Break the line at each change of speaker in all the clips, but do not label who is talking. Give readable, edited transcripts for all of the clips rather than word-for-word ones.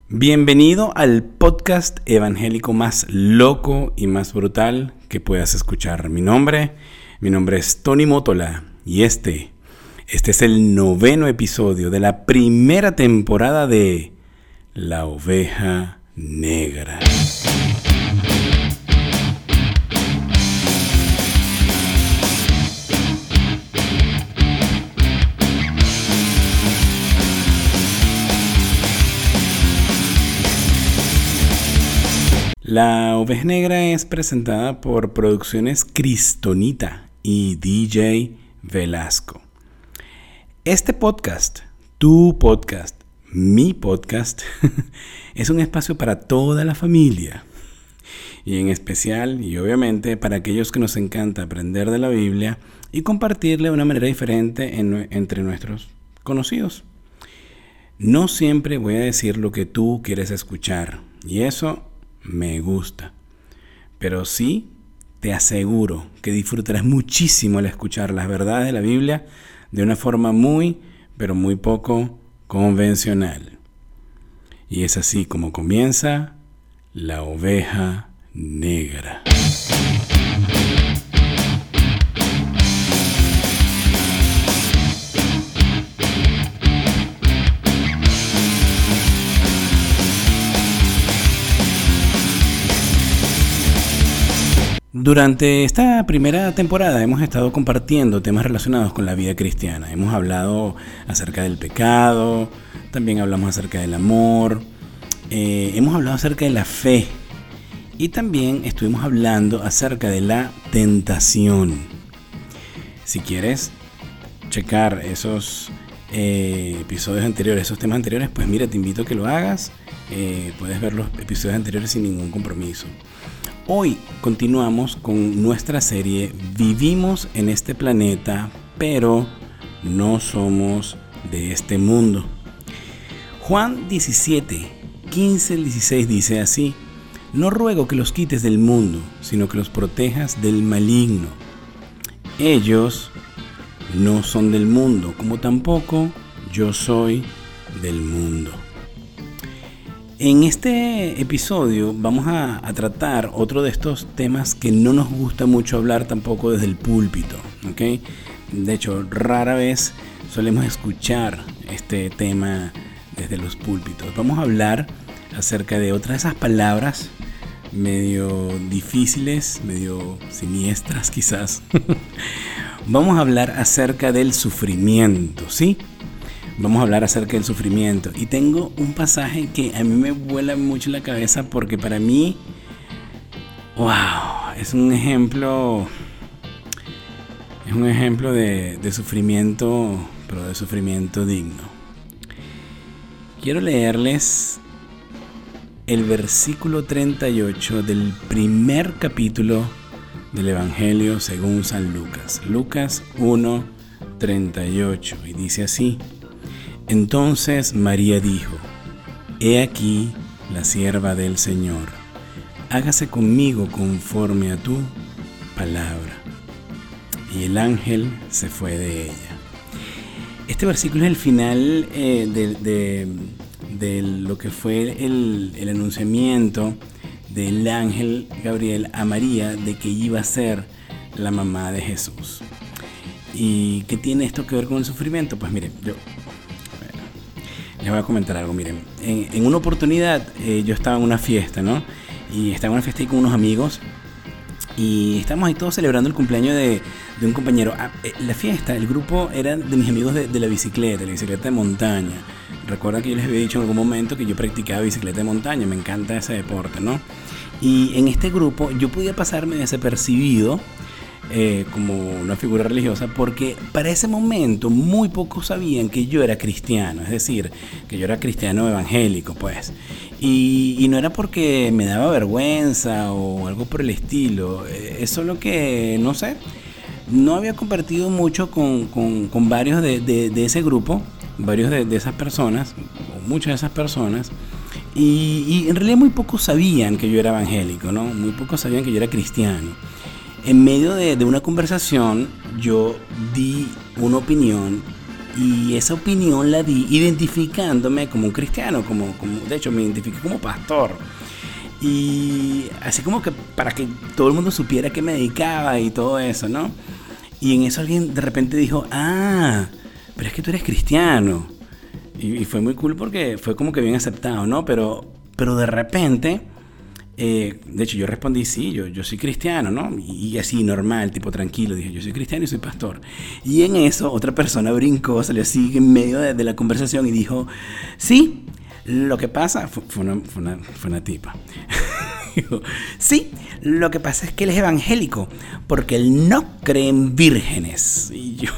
Bienvenido al podcast evangélico más loco y más brutal que puedas escuchar. Mi nombre es Tony Mótola y este es el 9º episodio de la primera temporada de La Oveja Negra. La Oveja Negra es presentada por Producciones Cristonita y DJ Velasco. Este podcast, tu podcast, mi podcast, es un espacio para toda la familia. Y en especial, y obviamente, para aquellos que nos encanta aprender de la Biblia y compartirla de una manera diferente entre nuestros conocidos. No siempre voy a decir lo que tú quieres escuchar, y eso me gusta, pero sí te aseguro que disfrutarás muchísimo al escuchar las verdades de la Biblia de una forma muy, pero muy poco convencional. Y es así como comienza La Oveja Negra. Durante esta primera temporada hemos estado compartiendo temas relacionados con la vida cristiana. Hemos hablado acerca del pecado, también hablamos acerca del amor, hemos hablado acerca de la fe y también estuvimos hablando acerca de la tentación. Si quieres checar esos episodios anteriores, esos temas anteriores, pues mira, te invito a que lo hagas. Puedes ver los episodios anteriores sin ningún compromiso. Hoy continuamos con nuestra serie Vivimos en este planeta, pero no somos de este mundo. Juan 17, 15 al 16 dice así: No ruego que los quites del mundo, sino que los protejas del maligno. Ellos no son del mundo, como tampoco yo soy del mundo. En este episodio vamos a tratar otro de estos temas que no nos gusta mucho hablar tampoco desde el púlpito, ¿ok? De hecho, rara vez solemos escuchar este tema desde los púlpitos. Vamos a hablar acerca de otras de esas palabras medio difíciles, medio siniestras quizás. Vamos a hablar acerca del sufrimiento, ¿sí? Vamos a hablar acerca del sufrimiento. Y tengo un pasaje que a mí me vuela mucho la cabeza porque para mí, wow, es un ejemplo de sufrimiento, pero de sufrimiento digno. Quiero leerles el versículo 38 del primer capítulo del Evangelio según San Lucas. Lucas 1:38. Y dice así: Entonces María dijo: He aquí la sierva del Señor, hágase conmigo conforme a tu palabra. Y el ángel se fue de ella. Este versículo es el final de lo que fue el anunciamiento del ángel Gabriel a María de que iba a ser la mamá de Jesús. ¿Y qué tiene esto que ver con el sufrimiento? Pues miren, les voy a comentar algo. Miren, en una oportunidad yo estaba en una fiesta, ¿no? Y estaba en una fiesta ahí con unos amigos y estábamos ahí todos celebrando el cumpleaños de un compañero. La fiesta, el grupo era de mis amigos de la bicicleta de montaña. Recuerda que yo les había dicho en algún momento que yo practicaba bicicleta de montaña, me encanta ese deporte, ¿no? Y en este grupo yo podía pasarme desapercibido como una figura religiosa, porque para ese momento muy pocos sabían que yo era cristiano, es decir, que yo era cristiano evangélico, pues. Y no era porque me daba vergüenza o algo por el estilo, es solo que, no sé, no había compartido mucho con varios de ese grupo, varios de esas personas, o muchas de esas personas, y en realidad muy pocos sabían que yo era evangélico, ¿no? Muy pocos sabían que yo era cristiano. En medio de una conversación yo di una opinión Y esa opinión la di identificándome como un cristiano, de hecho me identifiqué como pastor. Y así como que para que todo el mundo supiera que me dedicaba y todo eso, ¿no? Y en eso alguien de repente dijo, pero es que tú eres cristiano. Y fue muy cool porque fue como que bien aceptado, ¿no? Pero de repente, de hecho yo respondí, sí, yo soy cristiano, ¿no? Y así normal, tipo tranquilo, dije, yo soy cristiano y soy pastor. Y en eso otra persona brincó, salió así en medio de la conversación y dijo, sí, lo que pasa, fue una tipa. Dijo, sí, lo que pasa es que él es evangélico, porque él no cree en vírgenes. Y yo,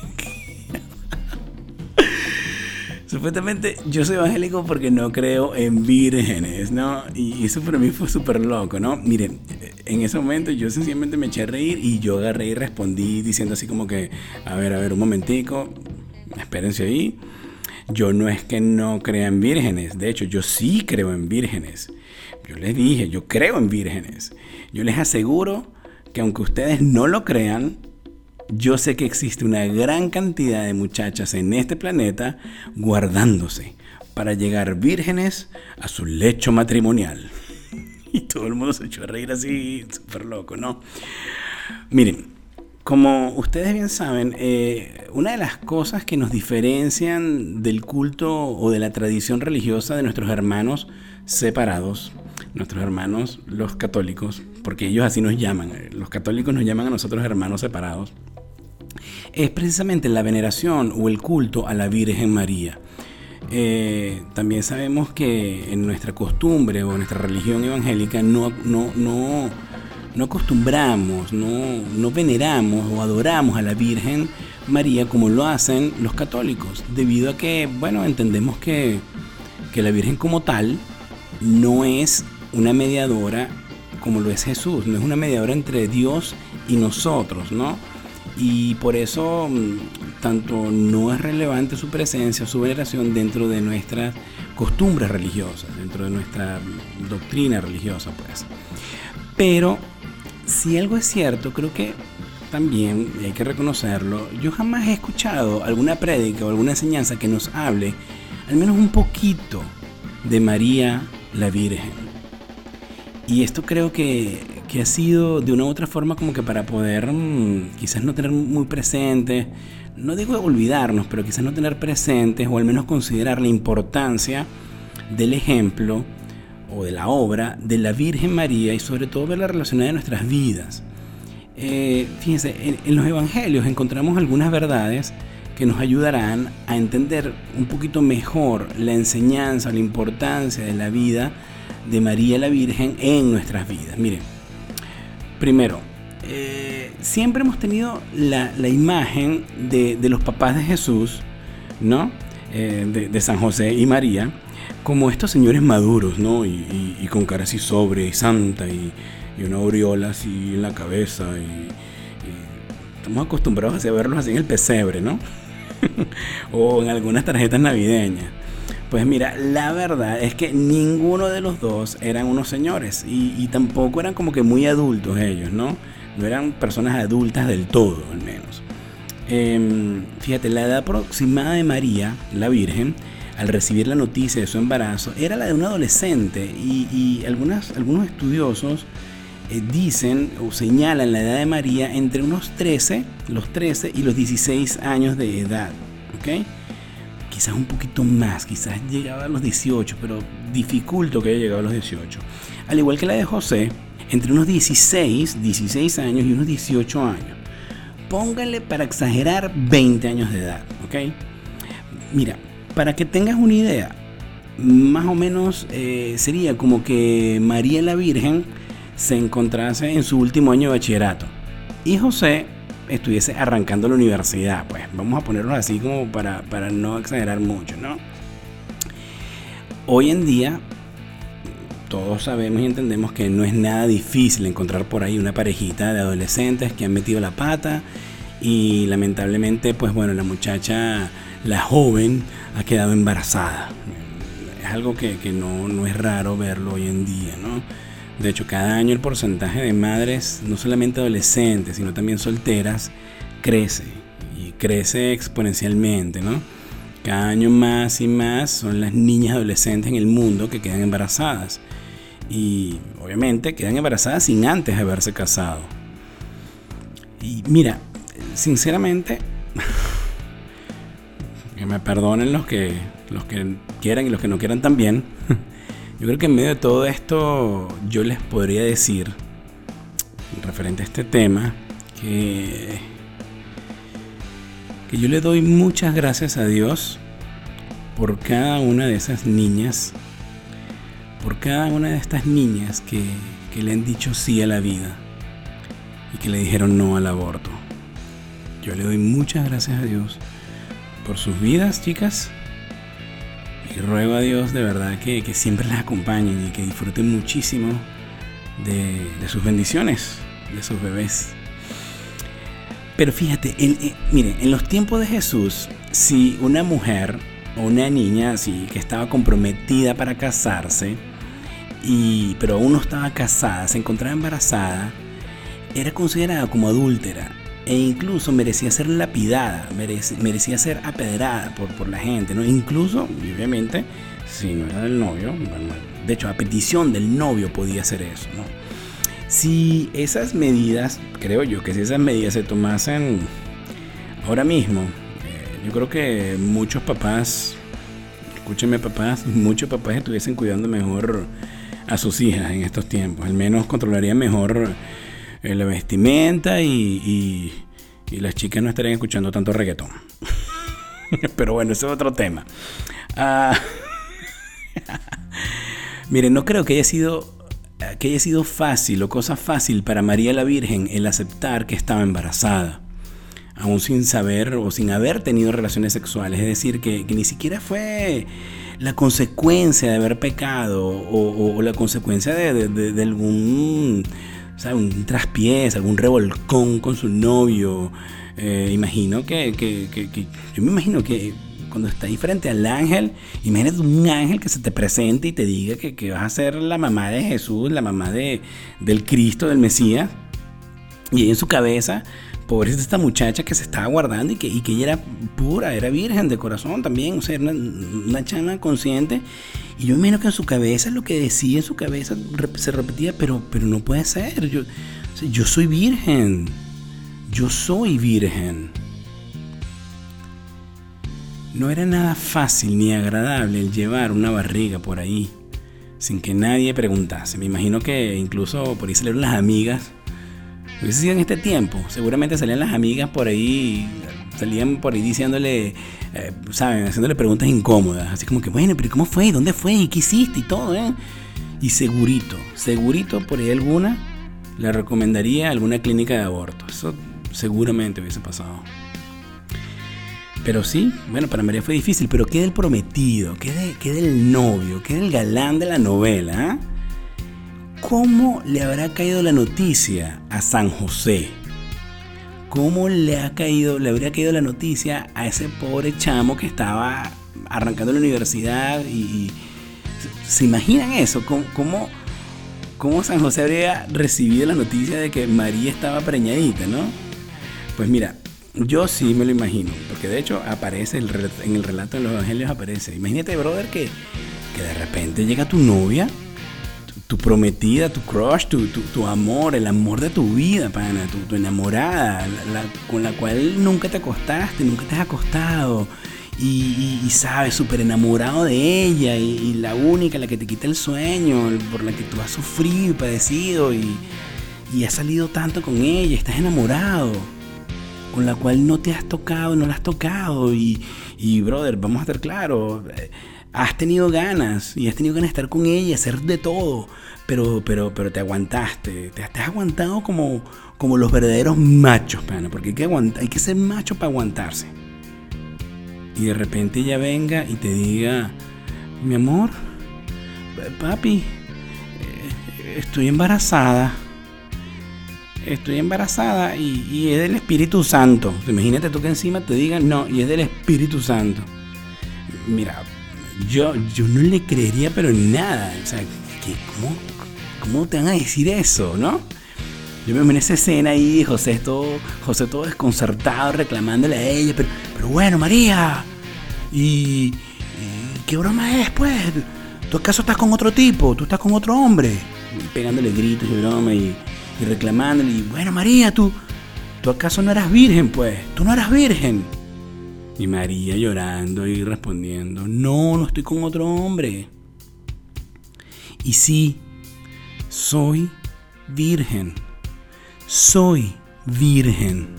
supuestamente yo soy evangélico porque no creo en vírgenes, ¿no? Y eso para mí fue súper loco, ¿no? Miren, en ese momento yo sencillamente me eché a reír y yo agarré y respondí diciendo así como que, a ver, un momentico, espérense ahí. Yo no es que no crea en vírgenes, de hecho yo sí creo en vírgenes. Yo les dije, yo creo en vírgenes. Yo les aseguro que aunque ustedes no lo crean, yo sé que existe una gran cantidad de muchachas en este planeta guardándose para llegar vírgenes a su lecho matrimonial. Y todo el mundo se echó a reír así, súper loco, ¿no? Miren, como ustedes bien saben, una de las cosas que nos diferencian del culto o de la tradición religiosa de nuestros hermanos separados, nuestros hermanos los católicos, porque ellos así nos llaman, los católicos nos llaman a nosotros hermanos separados, es precisamente la veneración o el culto a la Virgen María. También sabemos que en nuestra costumbre o en nuestra religión evangélica no acostumbramos, no veneramos o adoramos a la Virgen María como lo hacen los católicos, debido a que, bueno, entendemos que la Virgen como tal no es una mediadora como lo es Jesús, no es una mediadora entre Dios y nosotros, ¿no? Y por eso tanto no es relevante su presencia, su veneración dentro de nuestras costumbres religiosas, dentro de nuestra doctrina religiosa, pues. Pero si algo es cierto, creo que también hay que reconocerlo, yo jamás he escuchado alguna prédica o alguna enseñanza que nos hable al menos un poquito de María la Virgen. Y esto creo que ha sido de una u otra forma como que para poder quizás no tener muy presente, no digo olvidarnos, pero quizás no tener presentes o al menos considerar la importancia del ejemplo o de la obra de la Virgen María y sobre todo verla relacionada en nuestras vidas. Fíjense, en los evangelios encontramos algunas verdades que nos ayudarán a entender un poquito mejor la enseñanza, la importancia de la vida de María la Virgen en nuestras vidas. Miren, primero, siempre hemos tenido la imagen de los papás de Jesús, ¿no? De San José y María, como estos señores maduros, ¿no? Y con cara así sobria y santa y una aureola así en la cabeza y estamos acostumbrados a verlos así en el pesebre, ¿no? O en algunas tarjetas navideñas. Pues mira, la verdad es que ninguno de los dos eran unos señores y tampoco eran como que muy adultos ellos, ¿no? No eran personas adultas del todo, al menos. Fíjate, la edad aproximada de María, la Virgen, al recibir la noticia de su embarazo, era la de un adolescente y algunos estudiosos dicen o señalan la edad de María entre los 13 y los 16 años de edad, ¿ok? Quizás un poquito más, quizás llegaba a los 18, pero dificulto que haya llegado a los 18. Al igual que la de José, entre unos 16 años y unos 18 años. Póngale para exagerar 20 años de edad, ¿ok? Mira, para que tengas una idea, más o menos sería como que María la Virgen se encontrase en su último año de bachillerato y José estuviese arrancando la universidad, pues vamos a ponerlo así como para no exagerar mucho, ¿no? Hoy en día todos sabemos y entendemos que no es nada difícil encontrar por ahí una parejita de adolescentes que han metido la pata y lamentablemente, pues bueno, la muchacha, la joven, ha quedado embarazada. Es algo que no es raro verlo hoy en día, ¿no? De hecho, cada año el porcentaje de madres, no solamente adolescentes, sino también solteras, crece. Y crece exponencialmente, ¿no? Cada año más y más son las niñas adolescentes en el mundo que quedan embarazadas. Y obviamente quedan embarazadas sin antes haberse casado. Y mira, sinceramente, que me perdonen los que quieran y los que no quieran también. Yo creo que en medio de todo esto yo les podría decir, referente a este tema, que yo le doy muchas gracias a Dios por cada una de esas niñas, por cada una de estas niñas que le han dicho sí a la vida y que le dijeron no al aborto. Yo le doy muchas gracias a Dios por sus vidas, chicas, y ruego a Dios de verdad que siempre las acompañen y que disfruten muchísimo de sus bendiciones, de sus bebés. Pero fíjate, miren, en los tiempos de Jesús, si una mujer o una niña así que estaba comprometida para casarse, pero aún no estaba casada, se encontraba embarazada, era considerada como adúltera e incluso merecía ser lapidada, merecía ser apedrada por la gente, ¿no? Incluso, obviamente, si no era del novio, bueno, de hecho a petición del novio podía hacer eso, ¿no? Si esas medidas, creo yo que si esas medidas se tomasen ahora mismo, yo creo que muchos papás, escúchenme papás, muchos papás estuviesen cuidando mejor a sus hijas en estos tiempos. Al menos controlarían mejor la vestimenta y las chicas no estarían escuchando tanto reggaetón. Pero bueno, ese es otro tema. Miren, no creo que haya sido fácil o cosa fácil para María la Virgen el aceptar que estaba embarazada, aún sin saber o sin haber tenido relaciones sexuales. Es decir, que ni siquiera fue la consecuencia de haber pecado o la consecuencia de algún, ¿sabe?, un traspiés, algún revolcón con su novio. Imagino yo me imagino que cuando está ahí frente al ángel, imagínate un ángel que se te presente y te diga que vas a ser la mamá de Jesús, la mamá del Cristo, del Mesías, y ahí en su cabeza, pobrecita esta muchacha que se estaba guardando y que ella era pura, era virgen de corazón también, o sea, era una chama consciente. Y yo me imagino que en su cabeza lo que decía en su cabeza se repetía, pero no puede ser, yo soy virgen, yo soy virgen. No era nada fácil ni agradable el llevar una barriga por ahí sin que nadie preguntase. Me imagino que incluso por ahí salieron las amigas. Hubiese sido en este tiempo, seguramente salían las amigas por ahí, salían por ahí diciéndole, ¿saben?, haciéndole preguntas incómodas, así como que, bueno, pero ¿cómo fue? ¿Dónde fue? ¿Y qué hiciste? Y todo, ¿eh? Y segurito por ahí alguna le recomendaría alguna clínica de aborto. Eso seguramente hubiese pasado. Pero sí, bueno, para María fue difícil, pero ¿qué del prometido? ¿Qué del novio? ¿Qué del galán de la novela? ¿Eh? ¿Cómo le habrá caído la noticia a San José? ¿Cómo le habría caído la noticia a ese pobre chamo que estaba arrancando la universidad? Y ¿se imaginan eso? ¿Cómo San José habría recibido la noticia de que María estaba preñadita, no? Pues mira, yo sí me lo imagino, porque de hecho aparece en el relato de los evangelios aparece. Imagínate, brother, que de repente llega tu novia, tu prometida, tu crush, tu amor, el amor de tu vida, pana, tu enamorada, con la cual nunca te acostaste, nunca te has acostado, y sabes, súper enamorado de ella, y la única, la que te quita el sueño, por la que tú has sufrido y padecido, y has salido tanto con ella, estás enamorado, con la cual no te has tocado, no la has tocado, y brother, vamos a estar claros, has tenido ganas de estar con ella, hacer de todo, pero te aguantaste, te has aguantado como los verdaderos machos, pana, porque hay que ser macho para aguantarse. Y de repente ella venga y te diga, mi amor, papi, estoy embarazada y es del Espíritu Santo. Imagínate tú que encima te digan, no, y es del Espíritu Santo. Mira, yo no le creería, pero nada. O sea, ¿cómo te van a decir eso, no? Yo me imagino esa escena ahí, José todo desconcertado, reclamándole a ella, pero bueno, María, ¿y qué broma es, pues? ¿Tú acaso estás con otro tipo? ¿Tú estás con otro hombre? Y pegándole gritos y broma y reclamándole, y bueno, María, ¿tú acaso no eras virgen, pues? ¿Tú no eras virgen? Y María llorando y respondiendo, no estoy con otro hombre. Y sí, soy virgen. Soy virgen.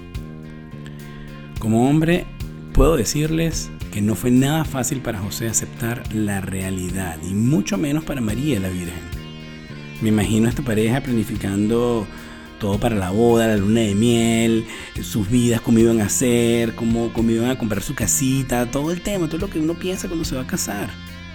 Como hombre, puedo decirles que no fue nada fácil para José aceptar la realidad, y mucho menos para María la Virgen. Me imagino a esta pareja planificando todo para la boda, la luna de miel, sus vidas, cómo iban a hacer, cómo iban a comprar su casita, todo el tema, todo lo que uno piensa cuando se va a casar.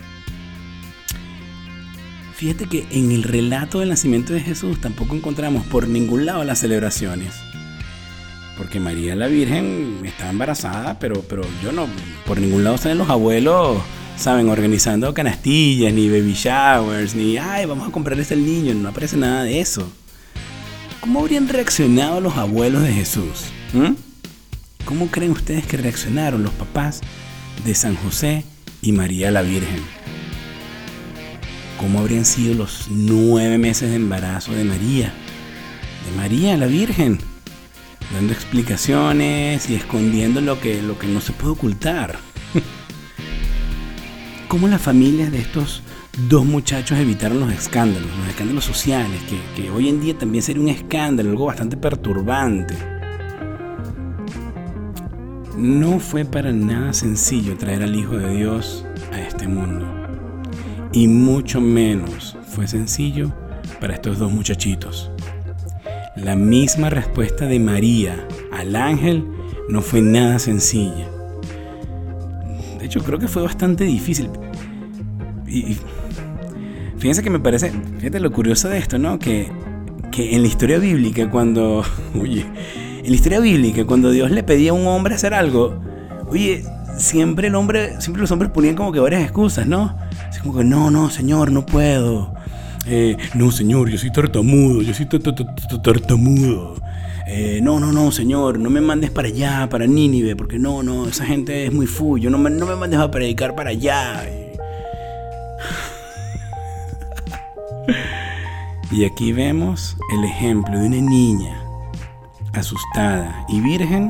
Fíjate que en el relato del nacimiento de Jesús tampoco encontramos por ningún lado las celebraciones. Porque María la Virgen estaba embarazada, pero yo no, por ningún lado salen los abuelos, ¿saben? Organizando canastillas, ni baby showers, ni ay, vamos a comprarles al niño, no aparece nada de eso. ¿Cómo habrían reaccionado los abuelos de Jesús? ¿Cómo creen ustedes que reaccionaron los papás de San José y María la Virgen? ¿Cómo habrían sido los 9 meses de embarazo de María la Virgen? Dando explicaciones y escondiendo lo que no se puede ocultar. ¿Cómo las familias de estos dos muchachos evitaron los escándalos sociales, que hoy en día también sería un escándalo, algo bastante perturbante? No fue para nada sencillo traer al Hijo de Dios a este mundo. Y mucho menos fue sencillo para estos dos muchachitos. La misma respuesta de María al ángel no fue nada sencilla. De hecho, creo que fue bastante difícil. Y fíjense que me parece, fíjate lo curioso de esto, ¿no? Que en la historia bíblica, cuando Dios le pedía a un hombre hacer algo, siempre los hombres ponían como que varias excusas, ¿no? Así como que no, Señor, no puedo. No, Señor, yo soy tartamudo. No, Señor, no me mandes para allá, para Nínive, porque no, esa gente es muy fuyo. No me mandes a predicar para allá. Y aquí vemos el ejemplo de una niña asustada y virgen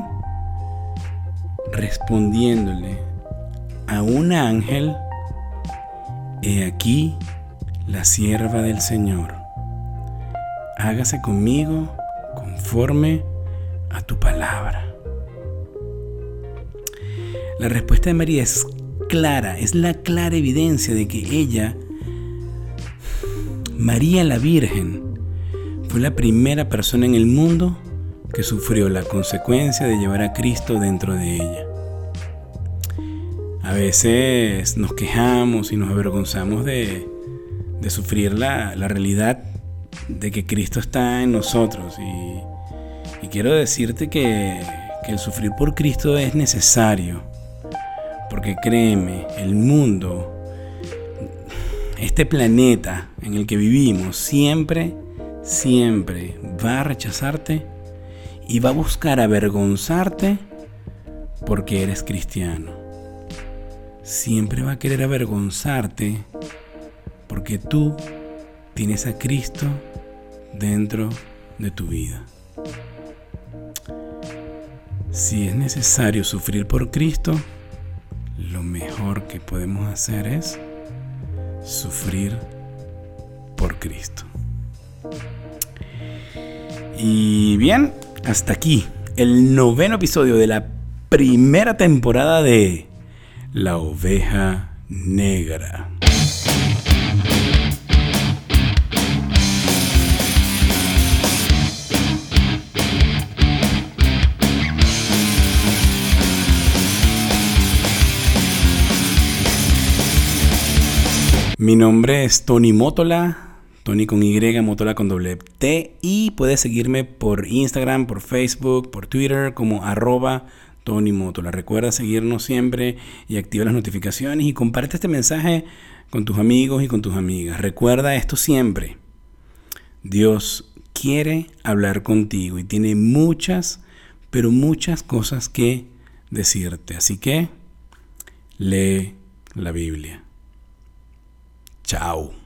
respondiéndole a un ángel: he aquí la sierva del Señor, hágase conmigo conforme a tu palabra. La respuesta de María es clara, es la clara evidencia de que ella, María la Virgen, fue la primera persona en el mundo que sufrió la consecuencia de llevar a Cristo dentro de ella. A veces nos quejamos y nos avergonzamos de sufrir la realidad de que Cristo está en nosotros, y quiero decirte que el sufrir por Cristo es necesario, porque créeme, el mundo, este planeta en el que vivimos, siempre va a rechazarte y va a buscar avergonzarte porque eres cristiano. Siempre va a querer avergonzarte porque tú tienes a Cristo dentro de tu vida. Si es necesario sufrir por Cristo, lo mejor que podemos hacer es sufrir por Cristo. Y bien, hasta aquí el 9º episodio de la primera temporada de La Oveja Negra. Mi nombre es Tony Mótola, Tony con Y, Mótola con doble T, y puedes seguirme por Instagram, por Facebook, por Twitter como @Tony Mótola. Recuerda seguirnos siempre y activa las notificaciones y comparte este mensaje con tus amigos y con tus amigas. Recuerda esto siempre: Dios quiere quiere hablar contigo y tiene muchas, pero muchas cosas que decirte. Así que lee la Biblia. Chao.